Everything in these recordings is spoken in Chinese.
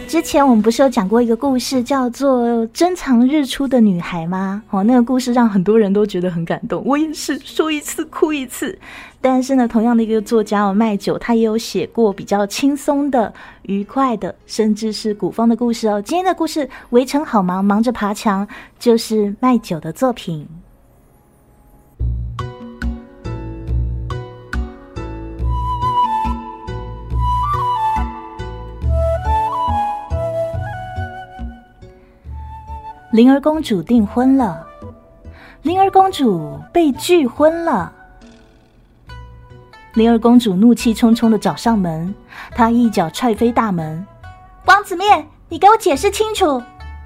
之前我们不是有讲过一个故事叫做《珍藏日出的女孩》吗？那个故事让很多人都觉得很感动，我也是说一次哭一次。但是呢，同样的一个作家麦九，他也有写过比较轻松的、愉快的，甚至是古风的故事哦。今天的故事《围城好忙，忙着爬墙》就是麦九的作品。灵儿公主订婚了，灵儿公主被拒婚了。灵儿公主怒气冲冲地找上门，她一脚踹飞大门。王子面，你给我解释清楚。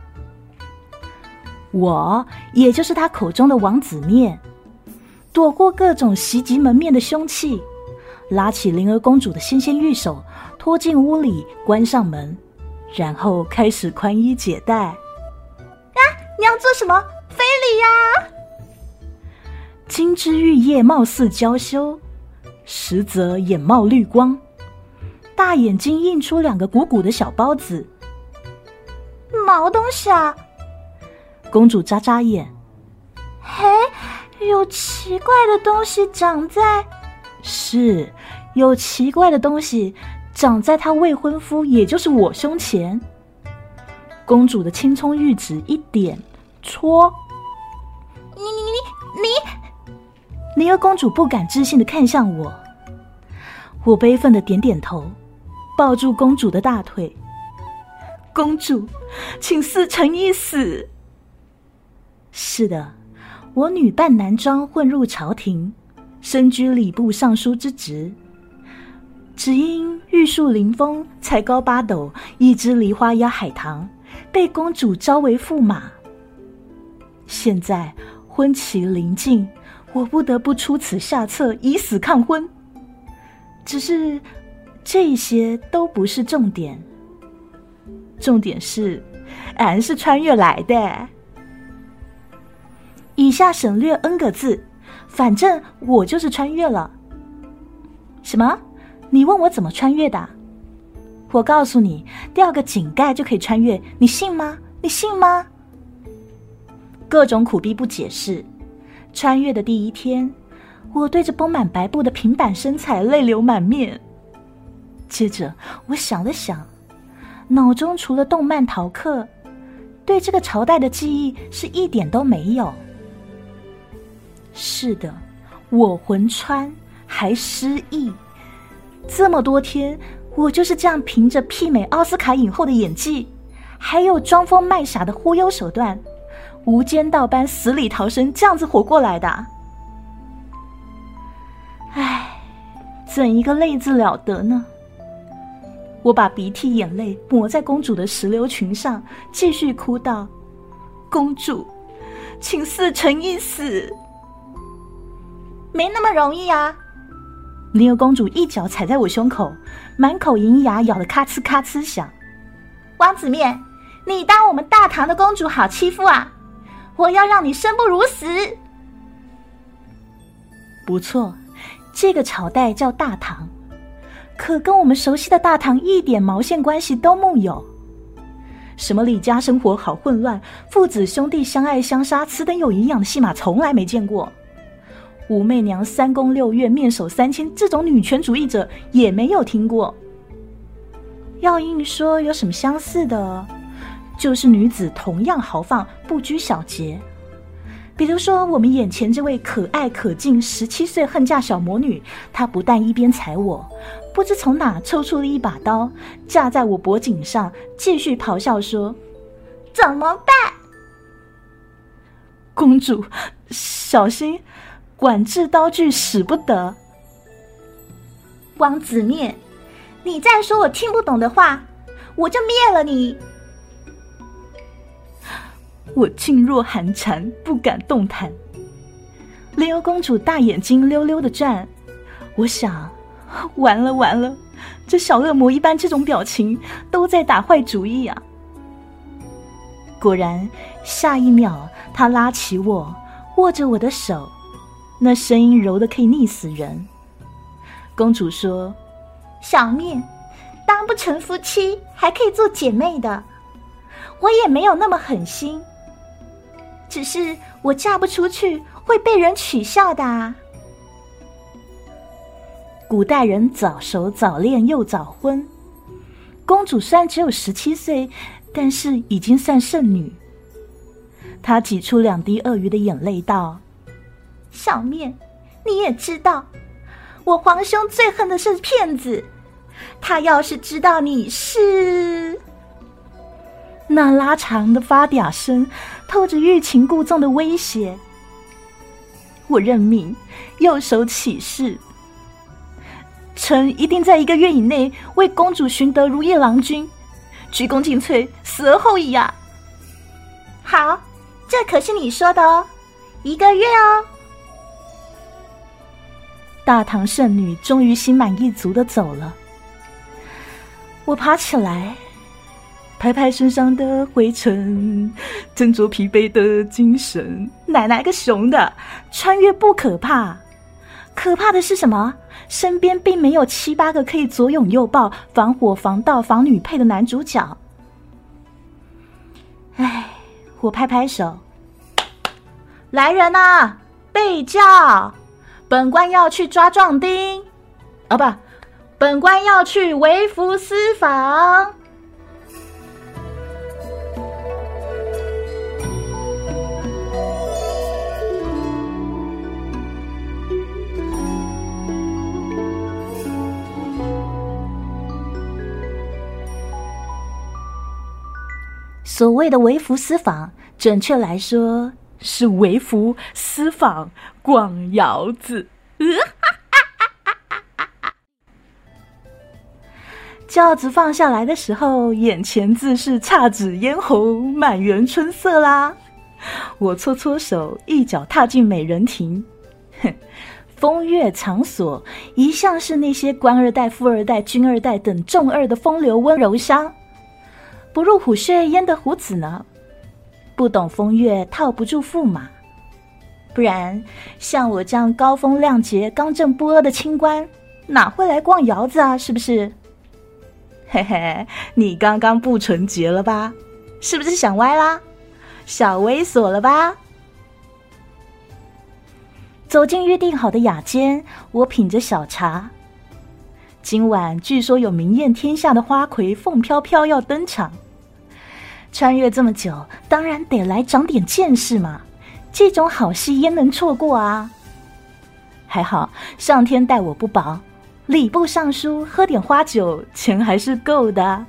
我，也就是她口中的王子面，躲过各种袭击门面的凶器，拉起灵儿公主的纤纤玉手，拖进屋里，关上门，然后开始宽衣解带。你要做什么？非礼呀！金枝玉叶貌似娇羞，实则眼冒绿光，大眼睛映出两个鼓鼓的小包子。毛东西啊！公主眨眨眼。嘿，有奇怪的东西长在……是，有奇怪的东西长在她未婚夫，也就是我胸前。公主的青葱玉指一点戳，你！灵儿公主不敢置信地看向我，我悲愤地点点头，抱住公主的大腿。公主，请4乘1死。是的，我女扮男装混入朝廷，身居礼部尚书之职，只因玉树临风，才高8斗，一枝梨花压海棠，被公主招为驸马。现在婚期临近，我不得不出此下策，以死抗婚。只是这些都不是重点，重点是俺是穿越来的。以下省略 N 个字，反正我就是穿越了。什么？你问我怎么穿越的？我告诉你，掉个井盖就可以穿越，你信吗？你信吗？各种苦逼不解释。穿越的第一天，我对着绷满白布的平板身材泪流满面。接着我想了想，脑中除了动漫逃课，对这个朝代的记忆是一点都没有。是的，我魂穿还失忆，这么多天我就是这样凭着媲美奥斯卡影后的演技，还有装疯卖傻的忽悠手段，无间道般死里逃生，这样子活过来的。唉，怎一个累字了得呢？我把鼻涕眼泪抹在公主的石榴裙上，继续哭道：公主，请4乘1死。没那么容易啊！灵儿公主一脚踩在我胸口，满口银牙咬得咔哧咔哧响。王子面，你当我们大唐的公主好欺负啊？我要让你生不如死！不错，这个朝代叫大唐，可跟我们熟悉的大唐一点毛线关系都木有。什么李家生活好混乱，父子兄弟相爱相杀，此等有营养的戏码从来没见过。武媚娘3宫6院，面首3000，这种女权主义者也没有听过。要硬说有什么相似的，就是女子同样豪放，不拘小节。比如说我们眼前这位可爱可敬17岁恨嫁小魔女，她不但一边踩我，不知从哪抽出了一把刀，架在我脖颈上，继续咆哮说：怎么办？公主，小心，管制刀具使不得。王子面，你再说我听不懂的话，我就灭了你。我噤若寒蝉，不敢动弹。灵儿公主大眼睛溜溜的转，我想，完了完了，这小恶魔一般这种表情都在打坏主意啊。果然，下一秒她拉起我，握着我的手，那声音柔得可以溺死人。公主说：小面， 当不成夫妻，还可以做姐妹的。我也没有那么狠心，只是我嫁不出去会被人取笑的啊。古代人早熟早恋又早婚，公主虽然只有17岁，但是已经算剩女。她挤出2滴鳄鱼的眼泪道：小面，你也知道，我皇兄最恨的是骗子，他要是知道你是……那拉长的发嗲声透着欲擒故纵的威胁。我认命，右手起誓，臣一定在1个月以内为公主寻得如意郎君，鞠躬尽瘁，死而后已啊！好，这可是你说的哦，1个月哦。大唐圣女终于心满意足地走了。我爬起来，拍拍身上的灰尘，振作疲惫的精神。奶奶个熊的，穿越不可怕，可怕的是什么？身边并没有7、8个可以左拥右抱、防火防盗防女配的男主角。唉，我拍拍手，来人啊，备轿！本官要去抓壮丁，不，本官要去微服私访。所谓的微服私访，准确来说是微服私访逛窑子。轿子放下来的时候，眼前自是姹紫嫣红，满园春色啦。我搓搓手，一脚踏进美人亭。风月场所一向是那些官二代、富二代、军二代等重二的风流温柔乡。不入虎穴焉得虎子呢？不懂风月套不住驸马，不然像我这样高风亮节、刚正不阿的清官，哪会来逛窑子啊？是不是？嘿嘿，你刚刚不纯洁了吧？是不是想歪啦？小猥琐了吧？走进约定好的雅间，我品着小茶。今晚据说有名艳天下的花魁凤飘飘要登场。穿越这么久，当然得来长点见识嘛，这种好戏焉能错过啊？还好上天待我不薄，礼部尚书喝点花酒，钱还是够的。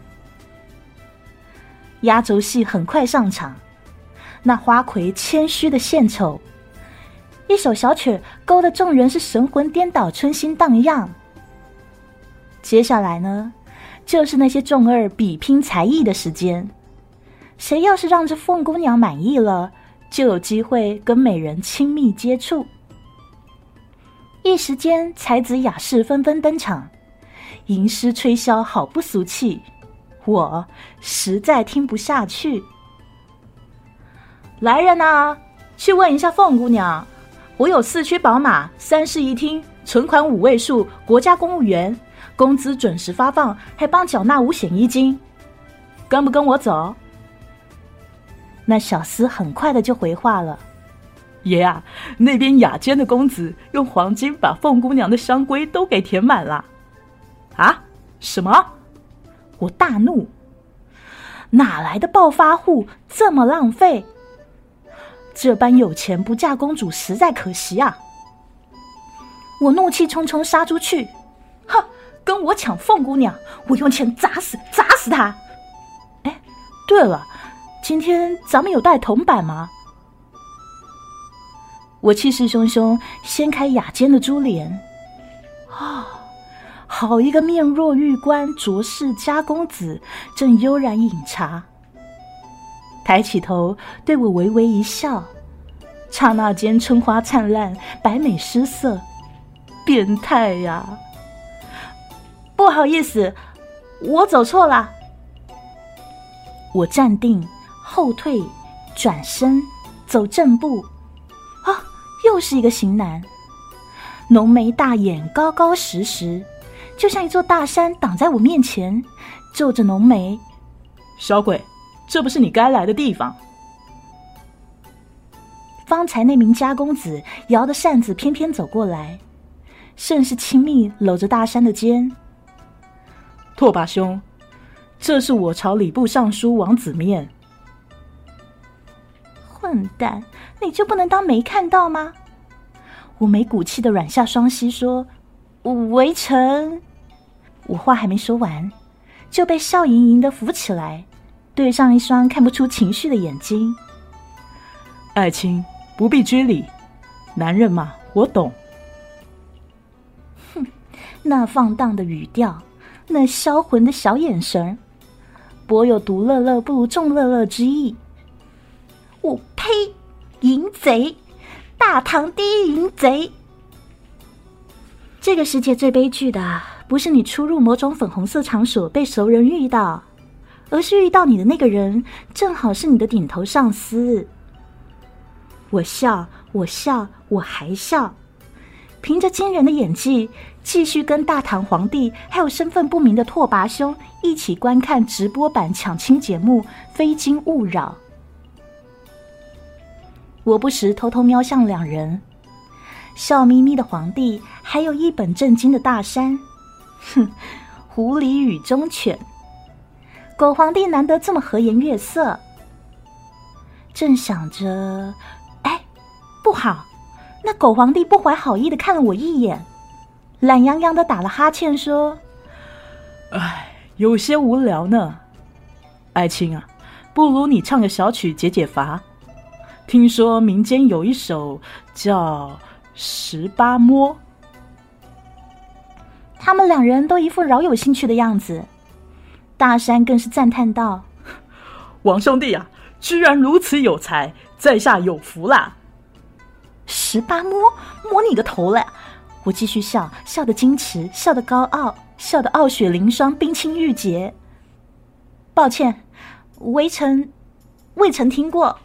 压轴戏很快上场，那花魁谦虚的献丑，一首小曲勾得众人是神魂颠倒，春心荡漾。接下来呢，就是那些众二比拼才艺的时间。谁要是让这凤姑娘满意了，就有机会跟美人亲密接触。一时间才子雅士纷纷登场，吟诗吹箫好不俗气，我实在听不下去。来人啊，去问一下凤姑娘，我有4驱宝马、3室1厅，存款5位数，国家公务员，工资准时发放，还帮缴纳5险1金，跟不跟我走？那小厮很快的就回话了：爷啊，那边雅间的公子用黄金把凤姑娘的香闺都给填满了。啊？什么？我大怒，哪来的暴发户这么浪费？这般有钱不嫁公主实在可惜啊！我怒气冲冲杀出去，哼，跟我抢凤姑娘，我用钱砸死他！哎，对了，今天咱们有带铜板吗？我气势汹汹掀开雅间的珠帘，好一个面若玉冠、卓氏家公子，正悠然饮茶。抬起头对我微微一笑，刹那间春花灿烂，百美失色，变态呀！不好意思，我走错了。我站定，后退，转身，走正步。又是一个型男，浓眉大眼，高高实实， 就像一座大山挡在我面前，皱着浓眉。 小鬼，这不是你该来的地方。 方才那名家公子摇着扇子偏偏走过来，甚是亲密搂着大山的肩。 拓跋兄，这是我朝礼部尚书王子面。 混蛋，你就不能当没看到吗？我没骨气的软下双膝说：微臣。我话还没说完，就被笑盈盈的扶起来，对上一双看不出情绪的眼睛。 爱卿不必拘礼，男人嘛，我懂。 哼，那放荡的语调，那销魂的小眼神，颇有独乐乐不如众乐乐之意。我呸！淫贼！大唐第一淫贼！这个世界最悲剧的，不是你出入某种粉红色场所被熟人遇到，而是遇到你的那个人正好是你的顶头上司。我笑，我笑，我还笑，凭着惊人的演技，继续跟大唐皇帝还有身份不明的拓跋兄一起观看直播版抢亲节目《非惊勿扰》。我不时偷偷瞄向两人，笑眯眯的皇帝，还有一本正经的大山。哼，狐狸与忠犬，狗皇帝难得这么和颜悦色。正想着，不好，那狗皇帝不怀好意的看了我一眼，懒洋洋的打了哈欠说： 有些无聊呢。爱卿啊，不如你唱个小曲解解乏。听说民间有一首叫18摸。 他们两人都一副饶有兴趣的样子，大山更是赞叹道： 王兄弟啊，居然如此有才，在下有福啦。 18摸，摸你个头了！我继续笑，笑得矜持，笑得高傲，笑得傲雪凌霜，冰清玉洁。抱歉，微臣未曾听过。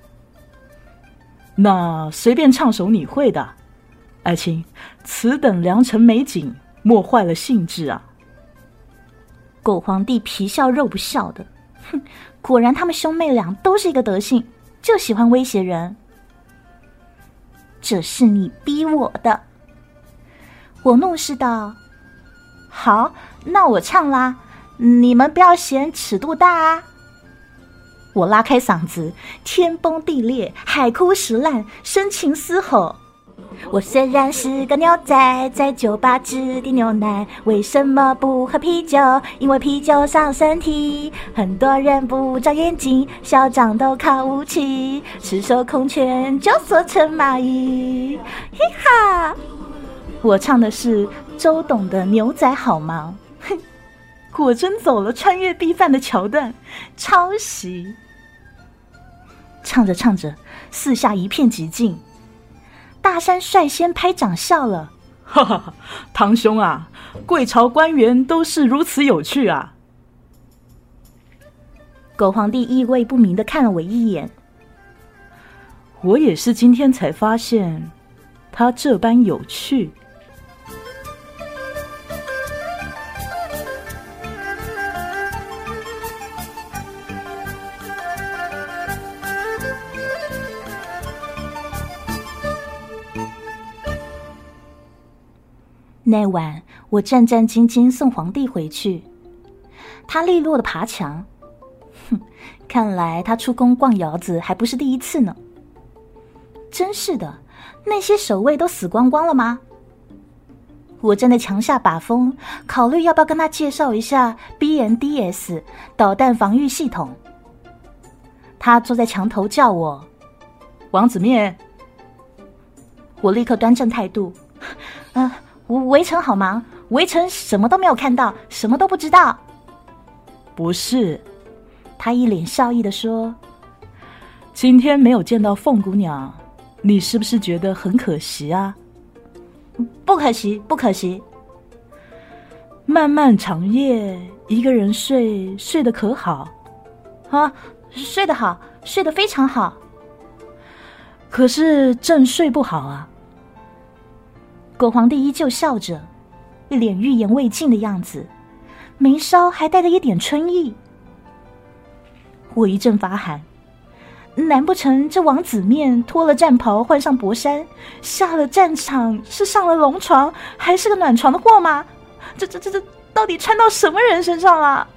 那随便唱首你会的。爱卿，此等良辰美景，莫坏了兴致啊。 狗皇帝皮笑肉不笑的，哼，果然他们兄妹俩都是一个德性，就喜欢威胁人。这是你逼我的。我怒视道：好，那我唱啦，你们不要嫌尺度大啊。我拉开嗓子，天崩地裂，海枯石烂，深情嘶吼：我虽然是个牛仔，在酒吧只点牛奶，为什么不喝啤酒？因为啤酒伤身体。很多人不长眼睛，小长都靠武器，赤手空拳就缩成蚂蚁。嘿哈！我唱的是周董的牛仔好吗？哼，果真走了穿越逼犯的桥段，抄袭。唱着唱着，四下一片寂静。大山率先拍掌笑了： 哈哈哈，堂兄啊，贵朝官员都是如此有趣啊。 狗皇帝意味不明地看了我一眼。 我也是今天才发现，他这般有趣。 那晚我战战兢兢送皇帝回去，他利落的爬墙。哼，看来他出宫逛窑子还不是第一次呢。真是的，那些守卫都死光光了吗？我正在墙下把风，考虑要不要跟他介绍一下 BNDS 导弹防御系统。他坐在墙头叫我： 王子面。 我立刻端正态度：微臣好忙，微臣什么都没有看到，什么都不知道。 不是， 他一脸笑意地说： 今天没有见到凤姑娘，你是不是觉得很可惜啊？ 不可惜，不可惜。 漫漫长夜，一个人睡，睡得可好？ 啊，睡得好，睡得非常好。 可是朕睡不好啊。 狗皇帝依旧笑着： 一脸欲言未尽的样子，眉梢还带着一点春意。我一阵发寒，难不成这王子面脱了战袍，换上薄衫，下了战场，是上了龙床，还是个暖床的货吗？这到底穿到什么人身上了？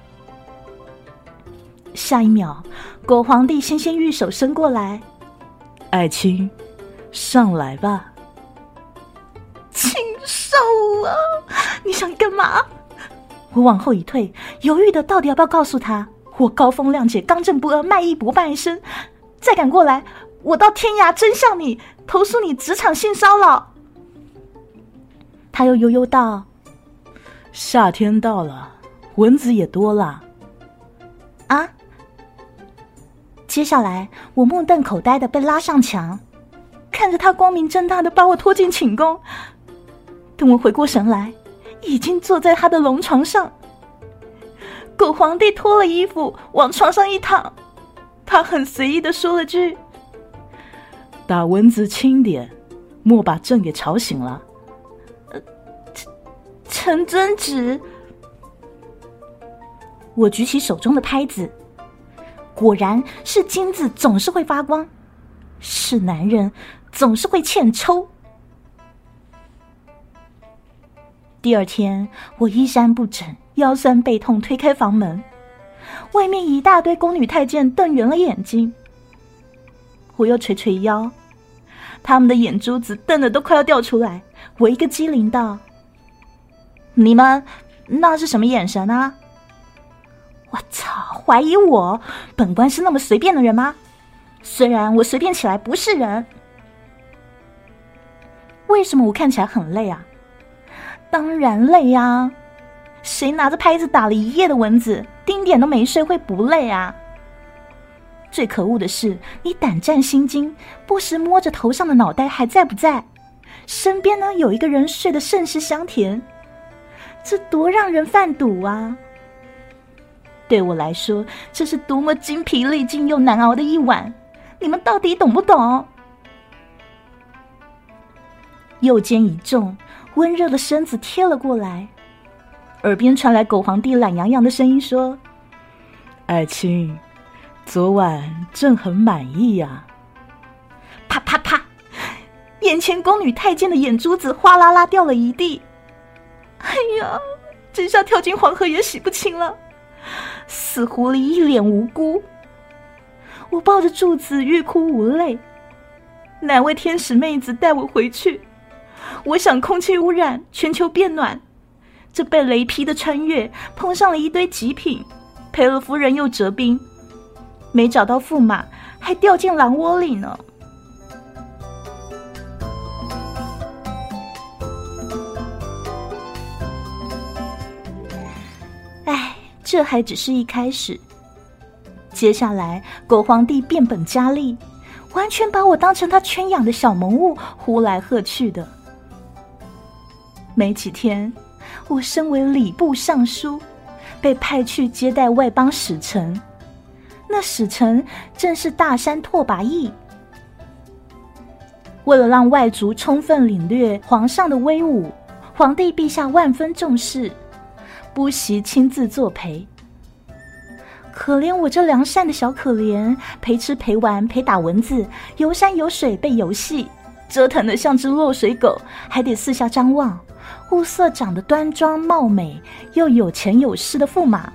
下一秒，狗皇帝纤纤玉手伸过来， 爱卿，上来吧。 禽兽啊！你想干嘛？我往后一退，犹豫的到底要不要告诉他，我高风亮节，刚正不阿，卖艺不卖身。再敢过来，我到天涯真向你，投诉你职场性骚扰。他又悠悠道： 夏天到了，蚊子也多了。 啊！接下来我目瞪口呆的被拉上墙，看着他光明正大的把我拖进寝宫。等我回过神来，已经坐在他的龙床上。狗皇帝脱了衣服往床上一躺，他很随意的说了句： 打蚊子轻点，莫把朕给吵醒了。 臣遵旨。我举起手中的拍子，果然是金子总是会发光，是男人总是会欠抽。第二天，我衣衫不整，腰酸背痛，推开房门，外面一大堆宫女太监瞪圆了眼睛。我又捶捶腰，他们的眼珠子瞪得都快要掉出来。我一个机灵道：你们那是什么眼神啊？我操，怀疑我？本官是那么随便的人吗？虽然我随便起来不是人。为什么我看起来很累啊？当然累啊，谁拿着拍子打了一夜的蚊子，丁点都没睡会不累啊？最可恶的是，你胆战心惊，不时摸着头上的脑袋还在不在，身边呢有一个人睡得甚是香甜，这多让人犯堵啊！对我来说，这是多么精疲力尽又难熬的一晚，你们到底懂不懂？右肩一重，温热的身子贴了过来，耳边传来狗皇帝懒洋洋的声音说： 爱卿，昨晚朕很满意呀。 啪啪啪，眼前宫女太监的眼珠子哗啦啦掉了一地。哎呀，这下跳进黄河也洗不清了。死狐狸一脸无辜，我抱着柱子欲哭无泪。哪位天使妹子带我回去？我想空气污染，全球变暖，这被雷劈的穿越碰上了一堆极品，赔了夫人又折兵，没找到驸马，还掉进狼窝里呢。哎，这还只是一开始，接下来狗皇帝变本加厉，完全把我当成他圈养的小萌物，呼来喝去的。没几天，我身为礼部尚书，被派去接待外邦使臣。那使臣正是大山拓跋羿。为了让外族充分领略皇上的威武，皇帝陛下万分重视，不惜亲自作陪。可怜我这良善的小可怜，陪吃陪玩陪打蚊子，游山游水被游戏，折腾得像只落水狗，还得四下张望，物色长得端庄貌美又有钱有势的驸马。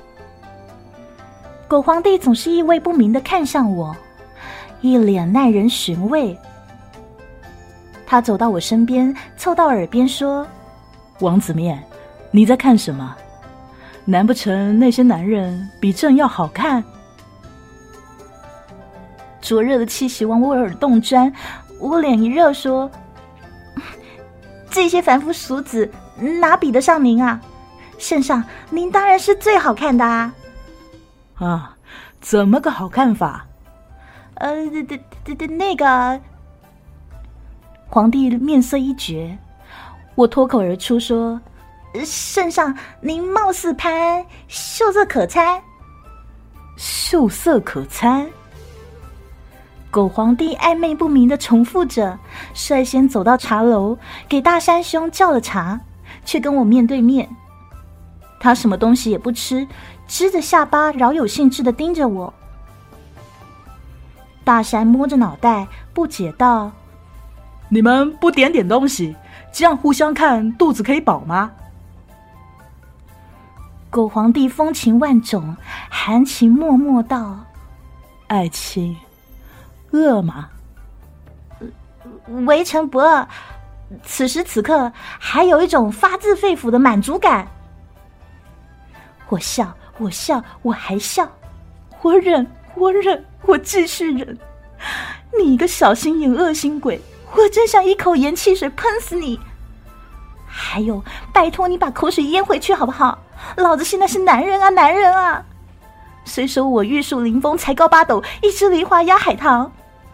狗皇帝总是意味不明地看向我，一脸耐人寻味。他走到我身边，凑到耳边说： 王子面，你在看什么？难不成那些男人比朕要好看？ 灼热的气息往我耳洞钻，我脸一热说：这些凡夫俗子哪比得上您啊？圣上，您当然是最好看的啊！ 啊，怎么个好看法？ 那个……皇帝面色一绝，我脱口而出说：圣上，您貌似潘安，秀色可餐。 秀色可餐？ 狗皇帝暧昧不明地重复着，率先走到茶楼，给大山兄叫了茶， 却跟我面对面。他什么东西也不吃，支着下巴，饶有兴致地盯着我。大山摸着脑袋，不解道：“ 你们不点点东西，这样互相看，肚子可以饱吗？” 狗皇帝风情万种，含情脉脉道：“ 爱卿，饿吗？” 微臣不饿，此时此刻还有一种发自肺腑的满足感。我笑，我笑，我还笑，我忍，我忍，我继续忍。你一个小心眼恶心鬼，我真想一口盐汽水喷死你！还有，拜托你把口水咽回去好不好？老子现在是男人啊，男人啊！虽说我玉树临风，才高八斗，一只梨花压海棠。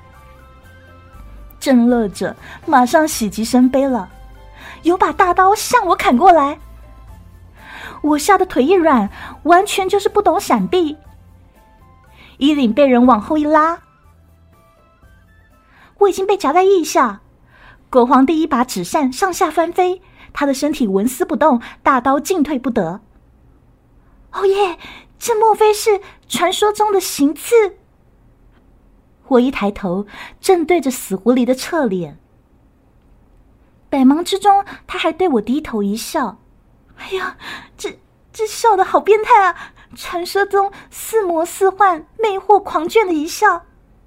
正乐着，马上喜极生悲了，有把大刀向我砍过来。我吓得腿一软，完全就是不懂闪避，衣领被人往后一拉，我已经被夹在腋下。狗皇帝一把纸扇上下翻飞，他的身体纹丝不动，大刀进退不得。哦耶，这莫非是传说中的行刺？我一抬头，正对着死狐狸的侧脸。百忙之中，他还对我低头一笑。哎呀，这笑得好变态啊！传说中似魔似幻、魅惑狂狷的一笑。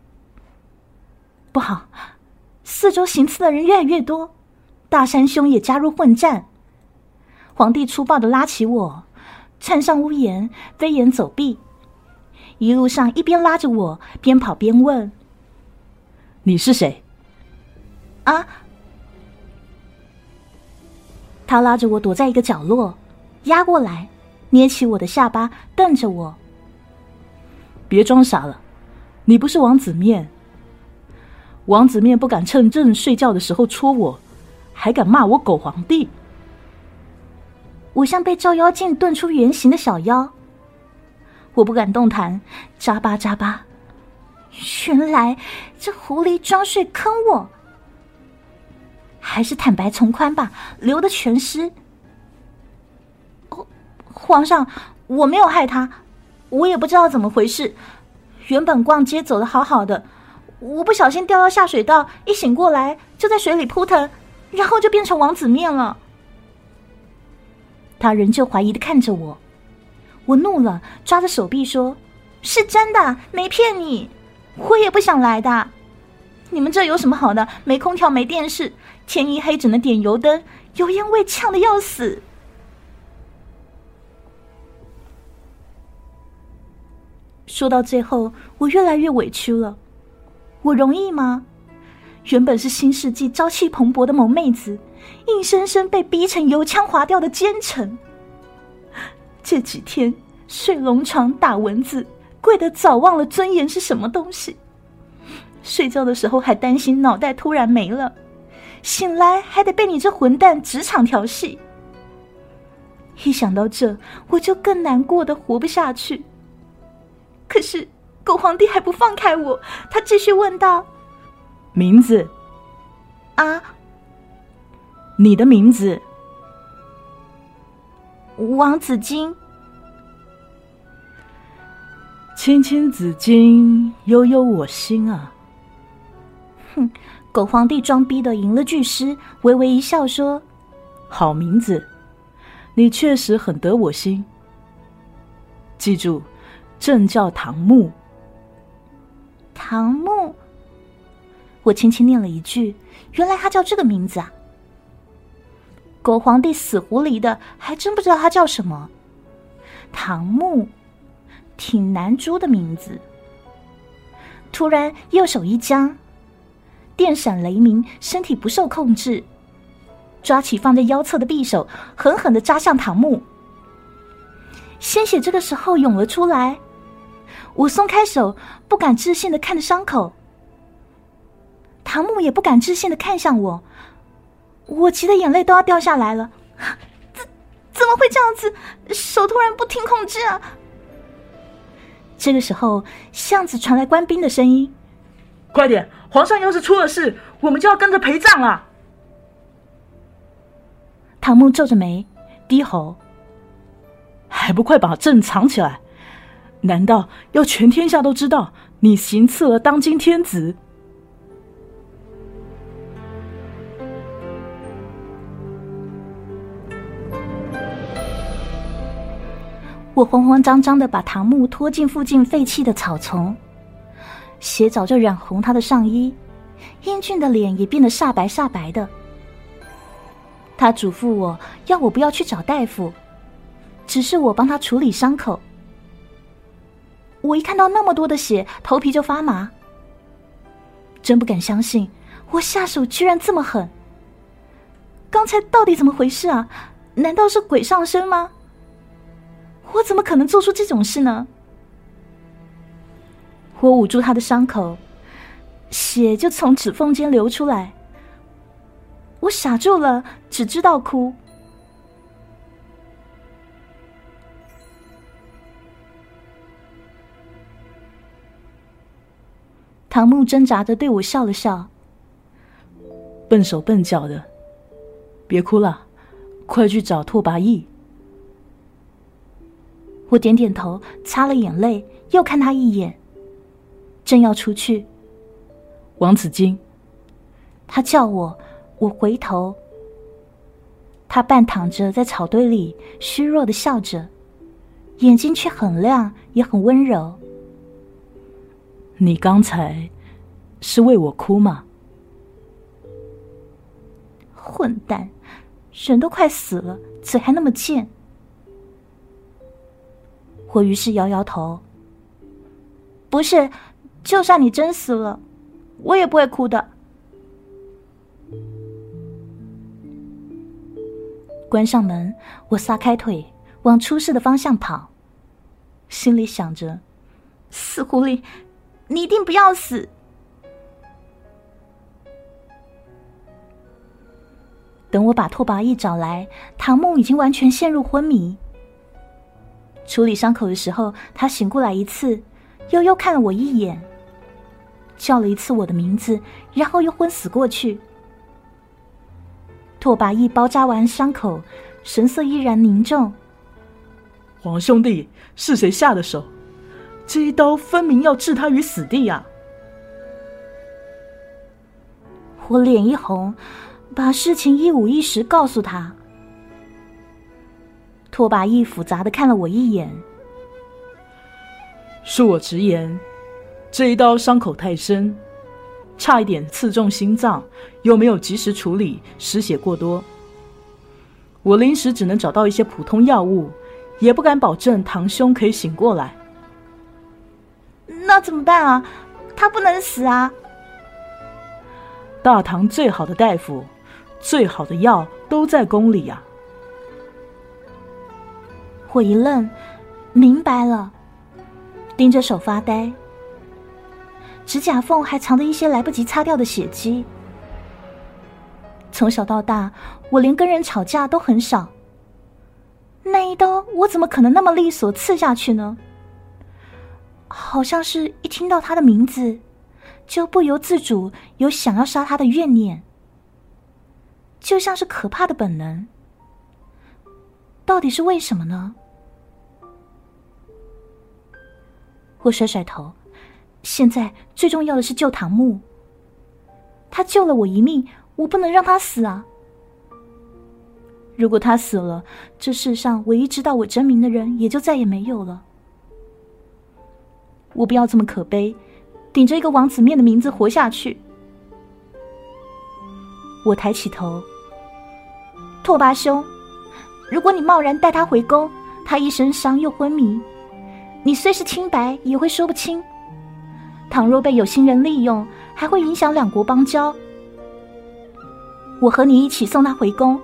不好，四周行刺的人越来越多，大山兄也加入混战。皇帝粗暴地拉起我，窜上屋檐，飞檐走壁，一路上一边拉着我，边跑边问：“ 你是谁？” 啊！他拉着我躲在一个角落，压过来，捏起我的下巴，瞪着我：“ 别装傻了，你不是王子面。王子面不敢趁朕睡觉的时候戳我，还敢骂我狗皇帝。” 我像被照妖镜炖出原形的小妖，我不敢动弹，眨巴眨巴。原来这狐狸装睡坑我，还是坦白从宽吧，流的全湿。皇上，我没有害他，我也不知道怎么回事。原本逛街走得好好的，我不小心掉到下水道，一醒过来就在水里扑腾，然后就变成王子面了。他仍旧怀疑地看着我，我怒了，抓着手臂说：“是真的，没骗你，我也不想来的。你们这有什么好的？没空调，没电视，天一黑只能点油灯，油烟味呛得要死。”说到最后，我越来越委屈了。我容易吗？原本是新世纪朝气蓬勃的萌妹子，硬生生被逼成油腔滑调的奸臣。这几天睡龙床打蚊子，跪得早忘了尊严是什么东西。睡觉的时候还担心脑袋突然没了，醒来还得被你这混蛋职场调戏。一想到这，我就更难过的活不下去。可是狗皇帝还不放开我，他继续问道：“ 名字？” 啊？ 你的名字？ 王子金。 青青子衿，悠悠我心啊。 哼，狗皇帝装逼的吟了句诗，微微一笑说：“ 好名字，你确实很得我心。记住，朕叫唐牧。” 唐牧？我轻轻念了一句，原来他叫这个名字啊。狗皇帝死狐狸的，还真不知道他叫什么。唐牧，挺难猪的名字。突然右手一僵，电闪雷鸣，身体不受控制，抓起放在腰侧的匕首，狠狠地扎向唐牧。鲜血这个时候涌了出来，我松开手，不敢置信地看着伤口。唐牧也不敢置信地看向我，我急得眼泪都要掉下来了。怎么会这样子？手突然不听控制啊！这个时候，巷子传来官兵的声音：“ 快点，皇上要是出了事，我们就要跟着陪葬了。” 唐木皱着眉，低吼：“ 还不快把证藏起来！难道要全天下都知道你行刺了当今天子？” 我慌慌张张地把唐木拖进附近废弃的草丛，血早就染红他的上衣，英俊的脸也变得煞白煞白的。他嘱咐我要我不要去找大夫，只是我帮他处理伤口。我一看到那么多的血，头皮就发麻，真不敢相信我下手居然这么狠。刚才到底怎么回事啊？难道是鬼上身吗？我怎么可能做出这种事呢？我捂住他的伤口，血就从指缝间流出来。我傻住了，只知道哭。唐木挣扎着对我笑了笑：“ 笨手笨脚的，别哭了，快去找拓跋义。” 我点点头，擦了眼泪，又看他一眼，正要出去。 王子金， 他叫我，我回头。他半躺着在草堆里，虚弱地笑着，眼睛却很亮，也很温柔。 你刚才是为我哭吗？ 混蛋，人都快死了，嘴还那么贱。我于是摇摇头，不是，就算你真死了，我也不会哭的。关上门，我撒开腿往出事的方向跑，心里想着，死狐狸，你一定不要死。等我把拓跋义找来，唐木已经完全陷入昏迷。处理伤口的时候，他醒过来一次，又看了我一眼，叫了一次我的名字，然后又昏死过去。拓跋义包扎完伤口，神色依然凝重。 皇兄弟，是谁下的手？这一刀分明要置他于死地啊！ 我脸一红，把事情一五一十告诉他。拓跋义复杂地看了我一眼。 恕我直言，这一刀伤口太深，差一点刺中心脏，又没有及时处理，失血过多。我临时只能找到一些普通药物，也不敢保证堂兄可以醒过来。 那怎么办啊？他不能死啊！ 大唐最好的大夫，最好的药都在宫里啊！ 我一愣，明白了，盯着手发呆。指甲缝还藏着一些来不及擦掉的血迹。从小到大，我连跟人吵架都很少，那一刀我怎么可能那么利索刺下去呢？好像是一听到他的名字，就不由自主有想要杀他的怨念，就像是可怕的本能。到底是为什么呢？我甩甩头，现在最重要的是救唐木。他救了我一命，我不能让他死啊！如果他死了，这世上唯一知道我真名的人也就再也没有了。我不要这么可悲，顶着一个王子面的名字活下去。我抬起头，拓跋兄，如果你贸然带他回宫，他一身伤又昏迷，你虽是清白也会说不清。倘若被有心人利用，还会影响两国邦交。我和你一起送他回宫。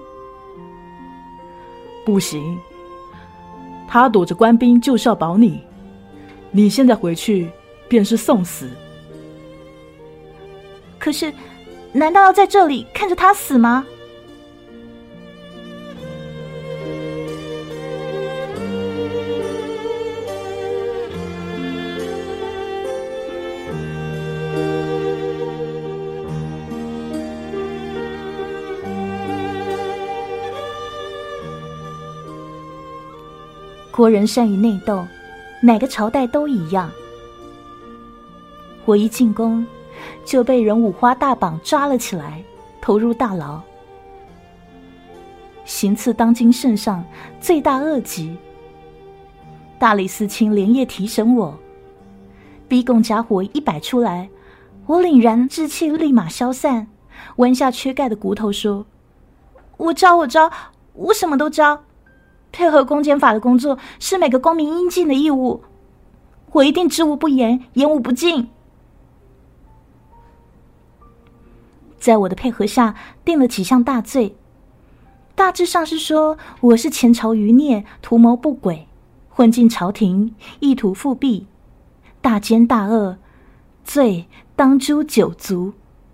不行，他躲着官兵就是要保你，你现在回去便是送死。 可是，难道要在这里看着他死吗？ 国人善于内斗，哪个朝代都一样。我一进宫，就被人五花大绑抓了起来，投入大牢。行刺当今圣上，罪大恶极。大理寺卿连夜提审我，逼供家伙一摆出来，我凛然志气立马消散，弯下缺钙的骨头说：“我招，我什么都招。配合公检法的工作是每个公民应尽的义务，我一定知无不言，言无不尽。”在我的配合下，定了几项大罪，大致上是说我是前朝余孽，图谋不轨，混进朝廷，意图复辟，大奸大恶，罪当诛9族。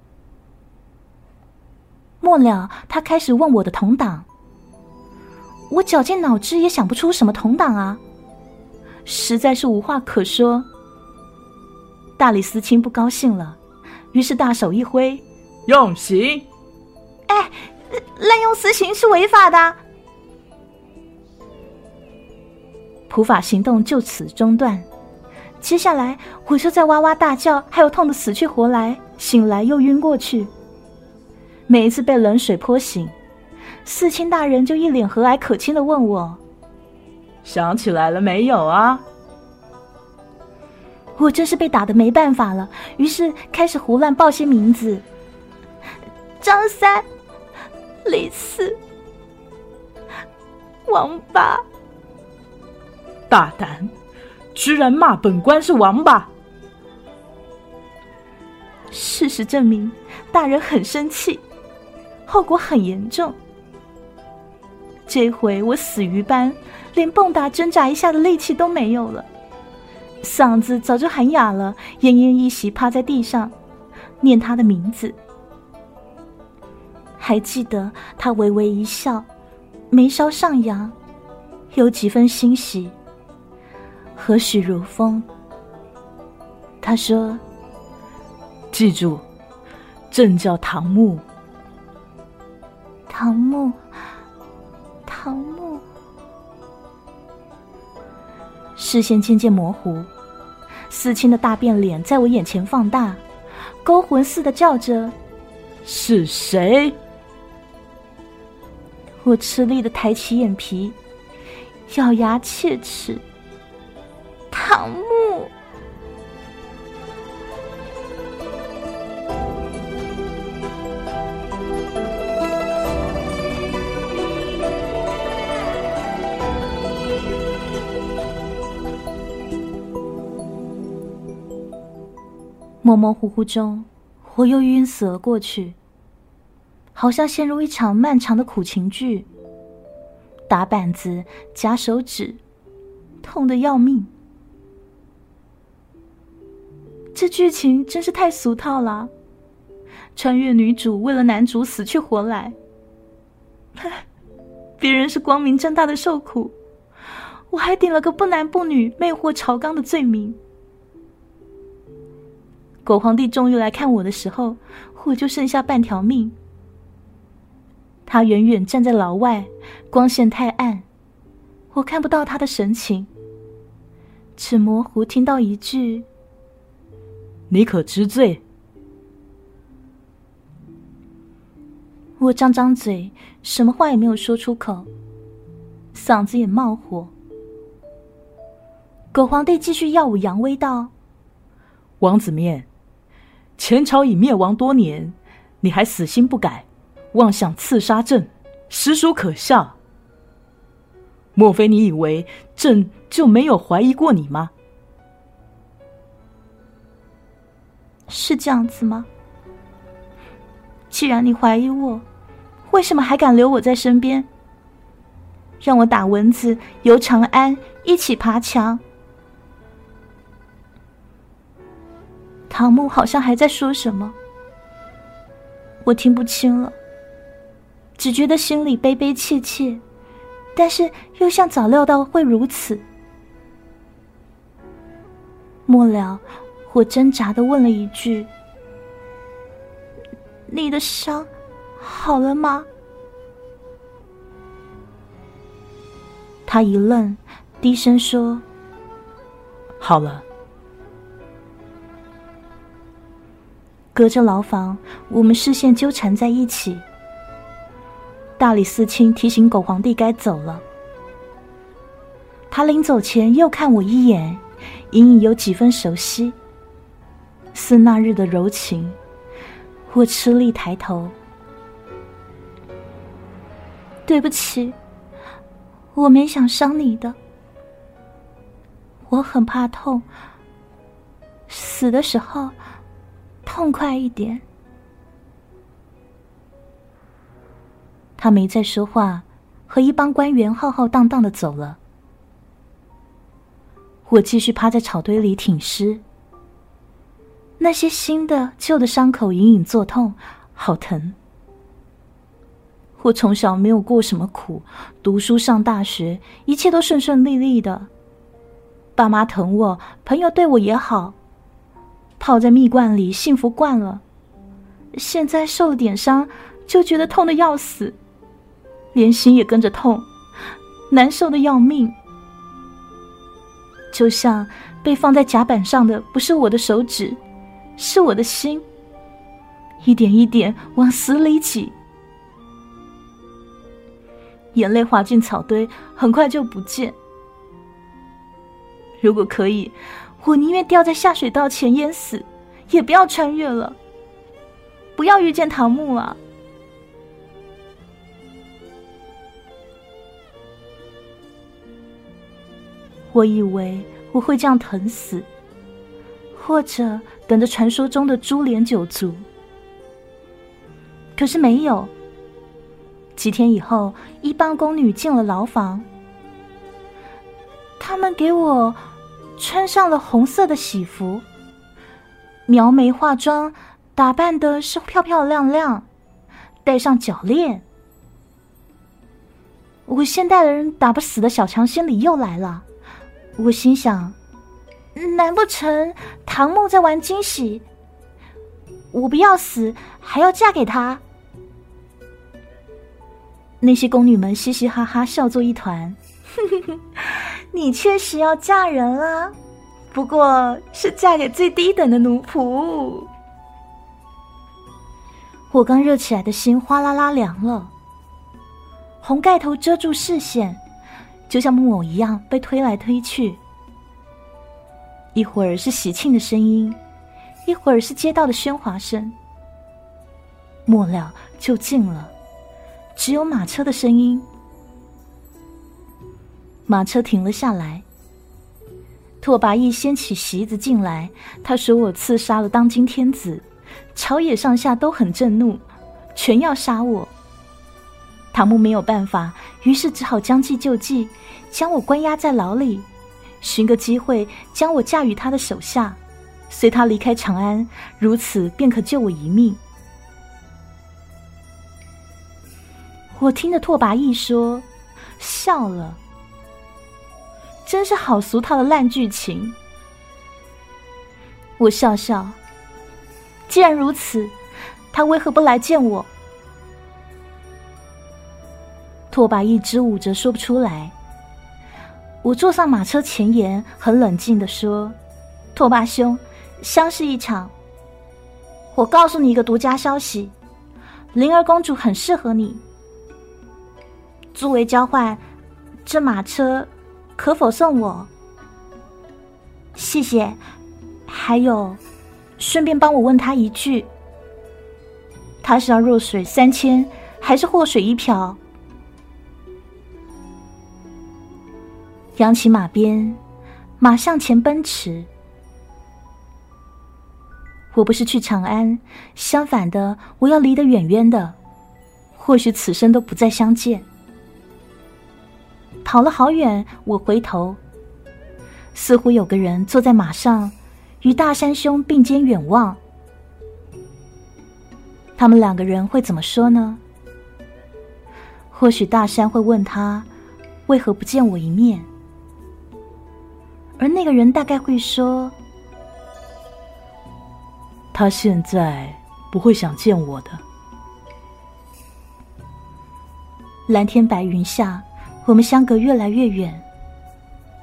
末了，他开始问我的同党，我绞尽脑汁也想不出什么同党啊，实在是无话可说。大理寺卿不高兴了，于是大手一挥， 用刑！ 滥用私刑是违法的。普法行动就此中断。接下来我就在哇哇大叫，还有痛得死去活来，醒来又晕过去。每一次被冷水泼醒，寺卿大人就一脸和蔼可亲地问我：“ 想起来了没有啊？” 我真是被打得没办法了，于是开始胡乱报些名字：张三、李四、王八。 大胆，居然骂本官是王八！ 事实证明，大人很生气，后果很严重。这回我死鱼般，连蹦跶挣扎一下的力气都没有了，嗓子早就喊哑了，奄奄一息趴在地上，念他的名字。还记得他微微一笑，眉梢上扬，有几分欣喜，和煦如风。他说：“ 记住，朕叫唐木。” 唐木，唐木。视线渐渐模糊，寺卿的大变脸在我眼前放大，勾魂似的叫着：“ 是谁？” 我吃力的抬起眼皮，咬牙切齿：“唐木。”模模糊糊中，我又晕死了过去，好像陷入一场漫长的苦情剧。打板子，夹手指，痛得要命。这剧情真是太俗套了，穿越女主为了男主死去活来。别人是光明正大的受苦，我还顶了个不男不女、魅惑朝纲的罪名。狗皇帝终于来看我的时候，我就剩下半条命。他远远站在牢外，光线太暗，我看不到他的神情，只模糊听到一句：“ 你可知罪？” 我张张嘴，什么话也没有说出口，嗓子也冒火。狗皇帝继续耀武扬威道：“ 王子面，前朝已灭亡多年，你还死心不改，妄想刺杀朕，实属可笑。莫非你以为朕就没有怀疑过你吗？” 是这样子吗？既然你怀疑我，为什么还敢留我在身边，让我打蚊子、游长安，一起爬墙？唐木好像还在说什么，我听不清了，只觉得心里悲悲切切，但是又像早料到会如此。末了，我挣扎地问了一句：“你的伤好了吗？”他一愣， 低声说：“ 好了。” 隔着牢房，我们视线纠缠在一起。大理寺卿提醒狗皇帝该走了，他临走前又看我一眼，隐隐有几分熟悉，似那日的柔情。我吃力抬头：“对不起，我没想伤你的。我很怕痛，死的时候痛快一点。”他没再说话，和一帮官员浩浩荡荡地走了。我继续趴在草堆里挺尸，那些新的旧的伤口隐隐作痛，好疼。我从小没有过什么苦，读书上大学一切都顺顺利利的，爸妈疼我，朋友对我也好，泡在蜜罐里幸福惯了。现在受了点伤，就觉得痛得要死，连心也跟着痛，难受得要命。就像被放在甲板上的不是我的手指，是我的心，一点一点往死里挤。眼泪滑进草堆，很快就不见。如果可以，我宁愿掉在下水道前淹死，也不要穿越了，不要遇见唐木啊！我以为我会这样疼死，或者等着传说中的株连九族，可是没有。几天以后，一帮宫女进了牢房，她们给我穿上了红色的喜服，描眉化妆，打扮的是漂漂亮亮，戴上脚链。我现代的人打不死的小强心里又来了。我心想，难不成唐木在玩惊喜？我不要死，还要嫁给他？那些宫女们嘻嘻哈哈笑作一团。你确实要嫁人啦，不过是嫁给最低等的奴仆。我刚热起来的心哗啦啦凉了，红盖头遮住视线，就像木偶一样被推来推去。一会儿是喜庆的声音，一会儿是街道的喧哗声，末了就静了，只有马车的声音。马车停了下来，拓跋义掀起席子进来，他说我刺杀了当今天子，朝野上下都很震怒，全要杀我。唐木没有办法，于是只好将计就计，将我关押在牢里，寻个机会将我嫁与他的手下，随他离开长安，如此便可救我一命。我听着拓跋义说，笑了，真是好俗套的烂剧情。我笑笑，既然如此，他为何不来见我？拓跋义支吾着说不出来。我坐上马车前沿，很冷静地说：“拓跋兄，相识一场。我告诉你一个独家消息，灵儿公主很适合你。作为交换，这马车可否送我？谢谢。还有，顺便帮我问他一句，他是要弱水3000，还是祸水1瓢？”扬起马鞭，马向前奔驰。我不是去长安，相反的，我要离得远远的，或许此生都不再相见。跑了好远，我回头，似乎有个人坐在马上，与大山兄并肩远望。他们2个人会怎么说呢？或许大山会问他为何不见我一面，而那个人大概会说， 他现在不会想见我的。 蓝天白云下，我们相隔越来越远。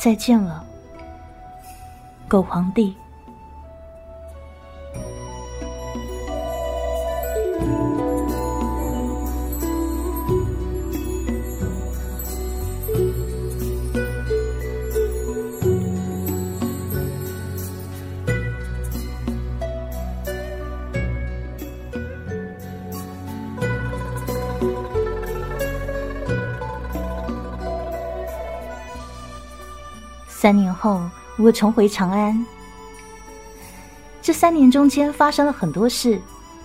再见了，狗皇帝。3年后，我重回长安。这3年中间发生了很多事。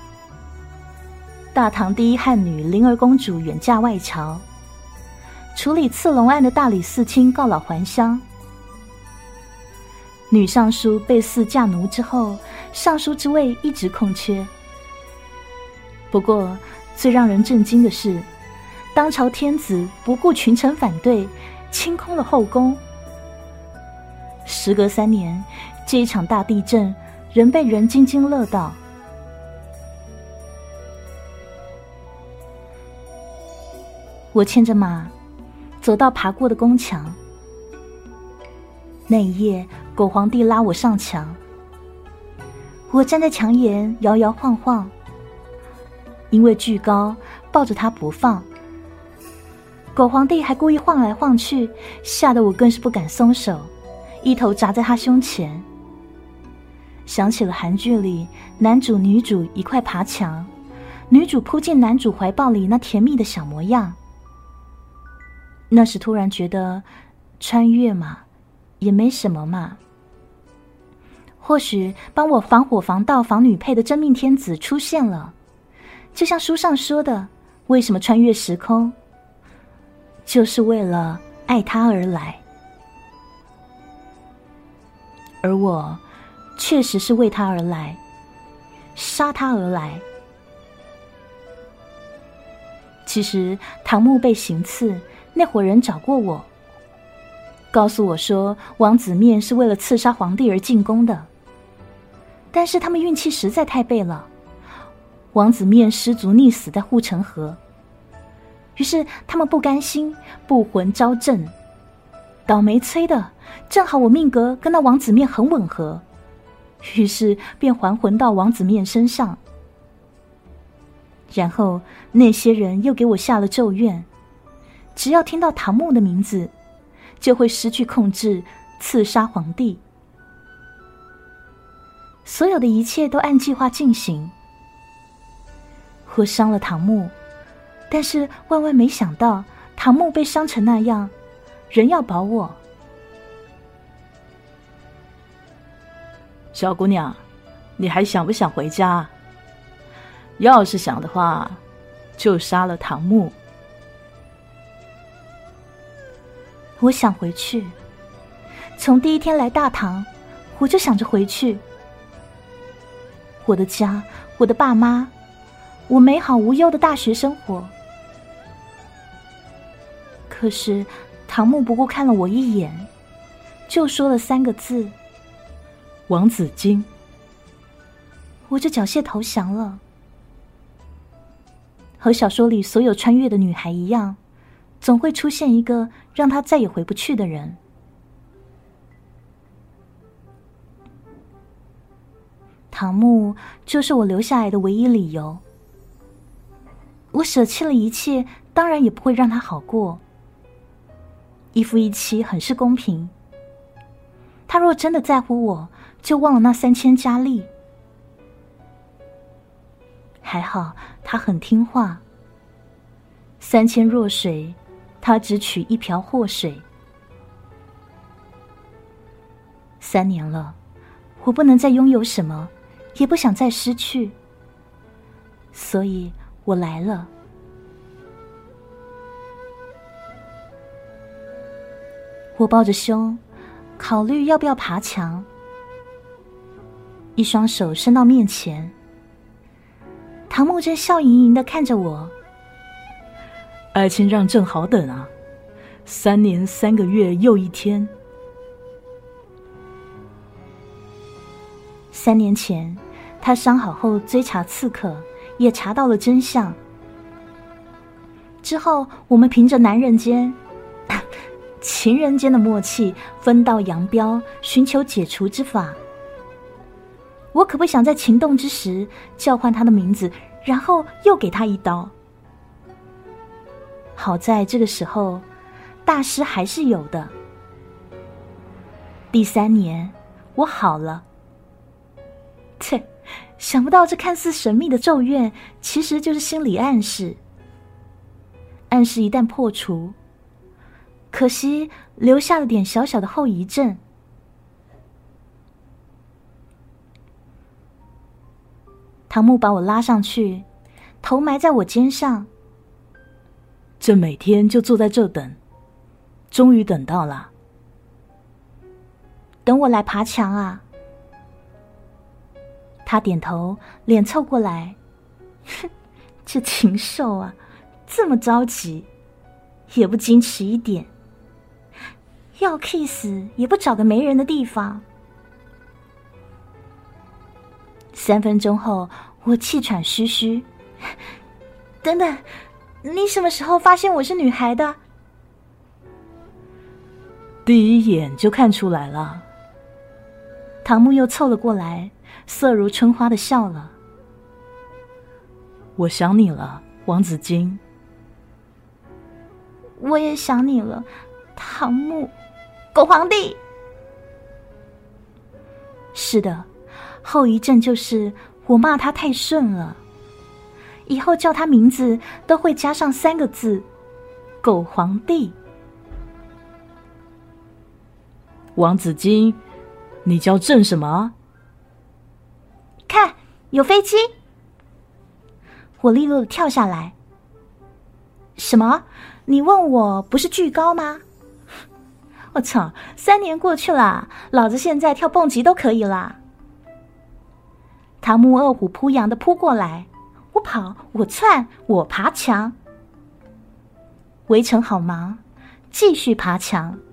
大唐第一汉女灵儿公主远嫁外朝，处理刺龙案的大理寺卿告老还乡。女尚书被赐嫁奴之后，尚书之位一直空缺。不过，最让人震惊的是，当朝天子不顾群臣反对，清空了后宫。时隔3年，这一场大地震仍被人津津乐道。我牵着马走到爬过的宫墙，那一夜，狗皇帝拉我上墙，我站在墙沿摇摇晃晃，因为巨高，抱着他不放。狗皇帝还故意晃来晃去，吓得我更是不敢松手，一头扎在他胸前。想起了韩剧里男主女主一块爬墙，女主扑进男主怀抱里那甜蜜的小模样。那时突然觉得穿越嘛，也没什么嘛。或许帮我防火防盗防女配的真命天子出现了，就像书上说的，为什么穿越时空，就是为了爱他而来。而我确实是为他而来，杀他而来。其实唐牧被行刺，那伙人找过我，告诉我说王子面是为了刺杀皇帝而进宫的，但是他们运气实在太背了，王子面失足溺死在护城河。于是他们不甘心，不魂招阵，倒霉催的正好我命格跟那王子面很吻合，于是便还魂到王子面身上。然后那些人又给我下了咒怨，只要听到唐牧的名字，就会失去控制，刺杀皇帝。所有的一切都按计划进行。我伤了唐牧，但是万万没想到唐牧被伤成那样，人要保我。 小姑娘，你还想不想回家？要是想的话，就杀了唐牧。 我想回去，从第一天来大唐，我就想着回去。我的家，我的爸妈，我美好无忧的大学生活。可是唐牧不过看了我一眼，就说了3个字： 王子荆。 我就缴械投降了。和小说里所有穿越的女孩一样，总会出现一个让她再也回不去的人。唐牧就是我留下来的唯一理由。我舍弃了一切，当然也不会让他好过。一夫一妻很是公平。他若真的在乎我，就忘了那3000佳丽。还好他很听话，3000弱水，他只取1瓢祸水。3年了，我不能再拥有什么，也不想再失去，所以我来了。我抱着胸，考虑要不要爬墙，一双手伸到面前。唐牧正笑盈盈地看着我。 爱卿让朕好等啊，3年3个月又1天。 3年前，他伤好后追查刺客，也查到了真相。之后，我们凭着男人间， 情人间的默契，分道扬镳，寻求解除之法。我可不想在情动之时叫唤他的名字，然后又给他一刀。好在这个时候，大师还是有的。第3年，我好了。切，想不到这看似神秘的咒怨，其实就是心理暗示。暗示一旦破除，可惜留下了点小小的后遗症。唐木把我拉上去，头埋在我肩上。 这每天就坐在这等，终于等到了。 等我来爬墙啊？他点头，脸凑过来。哼，这禽兽啊，这么着急，也不矜持一点。要 kiss 也不找个没人的地方。3分钟后，我气喘吁吁。等等，你什么时候发现我是女孩的？ 第一眼就看出来了。 唐木又凑了过来，色如春花的笑了。 我想你了，王子金。 我也想你了，唐木，狗皇帝。是的，后遗症就是我骂他太顺了，以后叫他名字都会加上3个字：狗皇帝。 王子金，你叫郑什么？ 看，有飞机！我利落的跳下来。什么？你问我不是巨高吗？我操，3年过去了，老子现在跳蹦极都可以啦。唐木2虎扑羊的扑过来，我跑，我窜，我爬墙。围城好忙，继续爬墙。